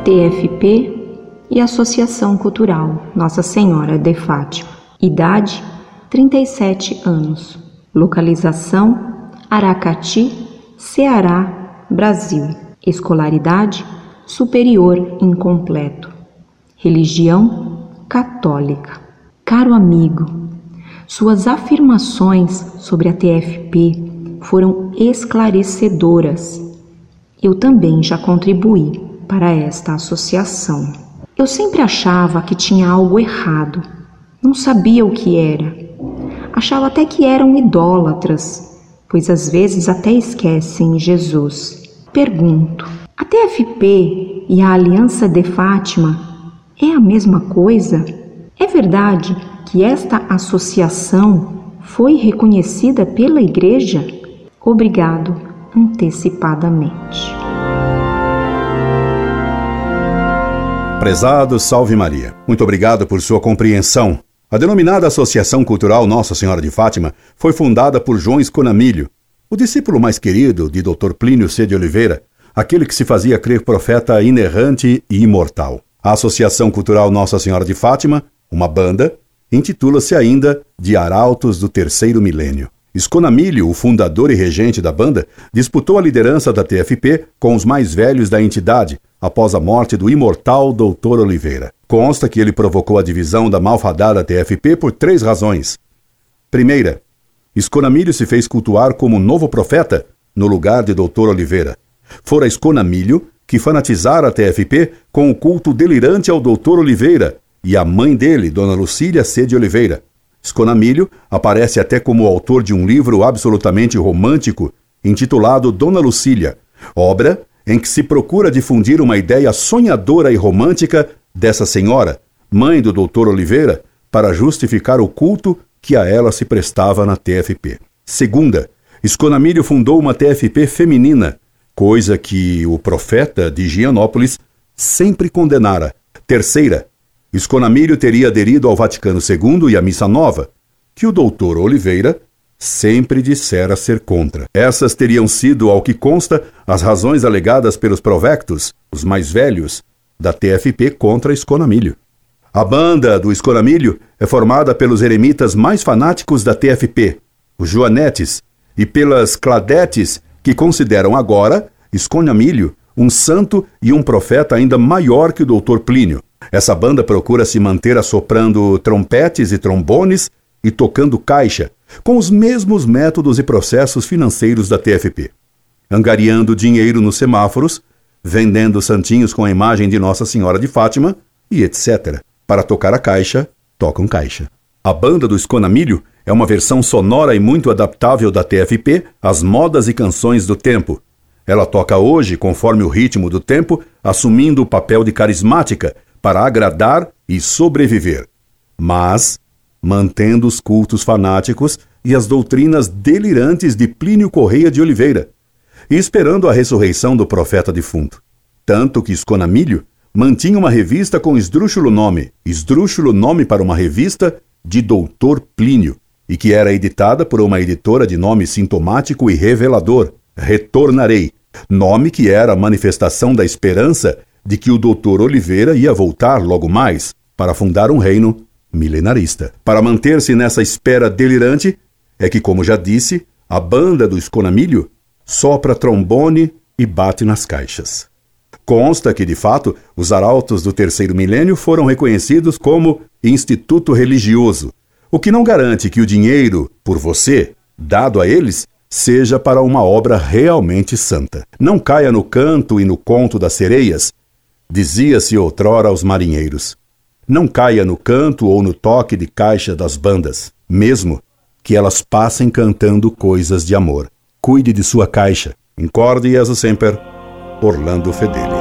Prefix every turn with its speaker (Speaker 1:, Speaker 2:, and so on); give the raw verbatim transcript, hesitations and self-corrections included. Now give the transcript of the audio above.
Speaker 1: T F P e Associação Cultural Nossa Senhora de Fátima. Idade, trinta e sete anos. Localização, Aracati, Ceará, Brasil. Escolaridade, superior incompleto. Religião, católica. Caro amigo, suas afirmações sobre a T F P foram esclarecedoras. Eu também já contribuí para esta associação. Eu sempre achava que tinha algo errado. Não sabia o que era. Achava até que eram idólatras, pois às vezes até esquecem Jesus. Pergunto, a T F P e a Aliança de Fátima é a mesma coisa? É verdade que esta associação foi reconhecida pela Igreja? Obrigado antecipadamente.
Speaker 2: Prezado Salve Maria, muito obrigado por sua compreensão. A denominada Associação Cultural Nossa Senhora de Fátima foi fundada por João Esconamilho, o discípulo mais querido de doutor Plínio C. de Oliveira, aquele que se fazia crer profeta inerrante e imortal. A Associação Cultural Nossa Senhora de Fátima, uma banda, intitula-se ainda de Arautos do Terceiro Milênio. Esconamilho, o fundador e regente da banda, disputou a liderança da T F P com os mais velhos da entidade, após a morte do imortal doutor Oliveira. Consta que ele provocou a divisão da malfadada T F P por três razões. Primeira, Esconamilho se fez cultuar como novo profeta no lugar de doutor Oliveira. Fora Esconamilho que fanatizara a T F P com o culto delirante ao doutor Oliveira e a mãe dele, Dona Lucília C. de Oliveira. Esconamilho aparece até como autor de um livro absolutamente romântico intitulado Dona Lucília, obra em que se procura difundir uma ideia sonhadora e romântica dessa senhora, mãe do doutor Oliveira, para justificar o culto que a ela se prestava na T F P. Segunda, Esconamilho fundou uma T F P feminina, coisa que o profeta de Gianópolis sempre condenara. Terceira, Esconamilho teria aderido ao Vaticano segundo e à Missa Nova, que o doutor Oliveira sempre dissera ser contra. Essas teriam sido, ao que consta, as razões alegadas pelos provectos, os mais velhos, da T F P contra Esconamilho. A banda do Esconamilho é formada pelos eremitas mais fanáticos da T F P, os Joanetes, e pelas Cladetes, que consideram agora Esconamilho um santo e um profeta ainda maior que o doutor Plínio. Essa banda procura se manter assoprando trompetes e trombones e tocando caixa, com os mesmos métodos e processos financeiros da T F P. Angariando dinheiro nos semáforos, vendendo santinhos com a imagem de Nossa Senhora de Fátima e etcétera. Para tocar a caixa, tocam caixa. A banda do Esconamilho é uma versão sonora e muito adaptável da T F P às modas e canções do tempo. Ela toca hoje conforme o ritmo do tempo, assumindo o papel de carismática para agradar e sobreviver, mas mantendo os cultos fanáticos e as doutrinas delirantes de Plínio Correia de Oliveira, e esperando a ressurreição do profeta defunto. Tanto que Esconamilho mantinha uma revista com esdrúxulo nome, esdrúxulo nome para uma revista de doutor Plínio, e que era editada por uma editora de nome sintomático e revelador, Retornarei, nome que era a manifestação da esperança de que o doutor Oliveira ia voltar logo mais para fundar um reino milenarista. Para manter-se nessa espera delirante, é que, como já disse, a banda do Esconamilho sopra trombone e bate nas caixas. Consta que, de fato, os arautos do terceiro milênio foram reconhecidos como instituto religioso, o que não garante que o dinheiro, por você, dado a eles, seja para uma obra realmente santa. Não caia no canto e no conto das sereias, dizia-se outrora aos marinheiros. Não caia no canto ou no toque de caixa das bandas, mesmo que elas passem cantando coisas de amor. Cuide de sua caixa. Incorde Jesus Semper, Orlando Fedeli.